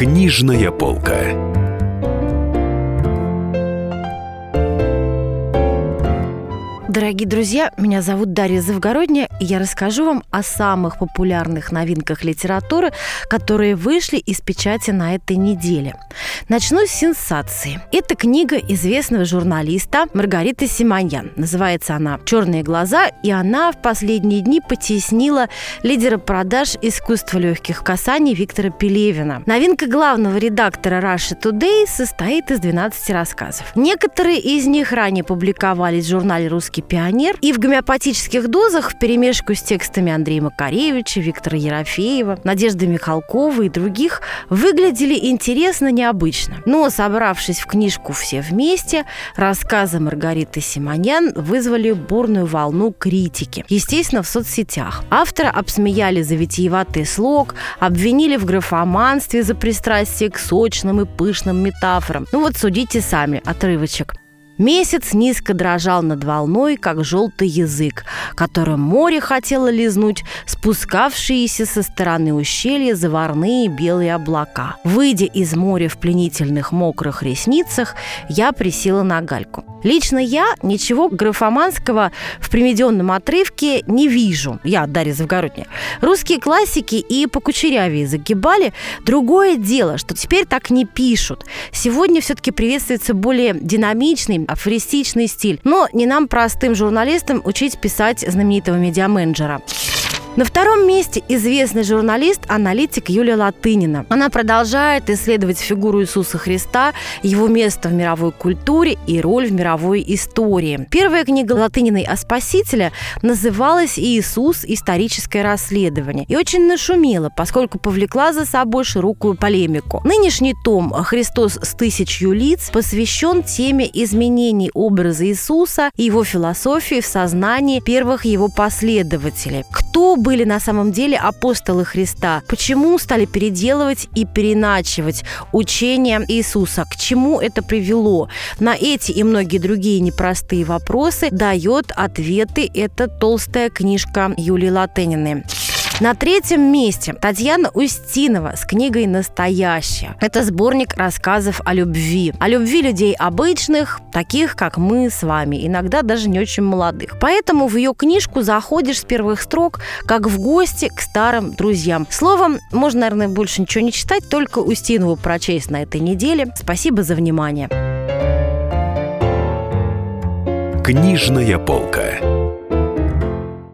Книжная полка. Дорогие друзья, меня зовут Дарья Завгородняя, и я расскажу вам о самых популярных новинках литературы, которые вышли из печати на этой неделе. Начну с сенсации. Это книга известного журналиста Маргариты Симоньян. Называется она «Черные глаза», и она в последние дни потеснила лидера продаж «Искусство легких касаний» Виктора Пелевина. Новинка главного редактора Russia Today состоит из 12 рассказов. Некоторые из них ранее публиковались в журнале «Русский пионер» и в гомеопатических дозах вперемешку с текстами Андрея Макаревича, Виктора Ерофеева, Надежды Михалковой и других выглядели интересно, необычно. Но, собравшись в книжку все вместе, рассказы Маргариты Симоньян вызвали бурную волну критики. Естественно, в соцсетях. Автора обсмеяли за витиеватый слог, обвинили в графоманстве за пристрастие к сочным и пышным метафорам. Судите сами, отрывочек. Месяц низко дрожал над волной, как желтый язык, которым море хотело лизнуть спускавшиеся со стороны ущелья заварные белые облака. Выйдя из моря в пленительных мокрых ресницах, я присела на гальку. Лично я ничего графоманского в приведенном отрывке не вижу. Я, Дарья Завгородняя. Русские классики и покучерявее загибали. Другое дело, что теперь так не пишут. Сегодня все-таки приветствуется более динамичный, афористичный стиль. Но не нам, простым журналистам, учить писать знаменитого медиаменеджера. На втором месте известный журналист-аналитик Юлия Латынина. Она продолжает исследовать фигуру Иисуса Христа, его место в мировой культуре и роль в мировой истории. Первая книга Латыниной о Спасителе называлась «Иисус. Историческое расследование» и очень нашумела, поскольку повлекла за собой широкую полемику. Нынешний том «Христос с тысячью лиц» посвящен теме изменений образа Иисуса и его философии в сознании первых его последователей. Кто были на самом деле апостолы Христа? Почему стали переделывать и переиначивать учение Иисуса? К чему это привело? На эти и многие другие непростые вопросы дает ответы эта толстая книжка Юлии Латыниной. На третьем месте Татьяна Устинова с книгой «Настоящее». Это сборник рассказов о любви. О любви людей обычных, таких, как мы с вами, иногда даже не очень молодых. Поэтому в ее книжку заходишь с первых строк, как в гости к старым друзьям. Словом, можно, наверное, больше ничего не читать, только Устинову прочесть на этой неделе. Спасибо за внимание. Книжная полка.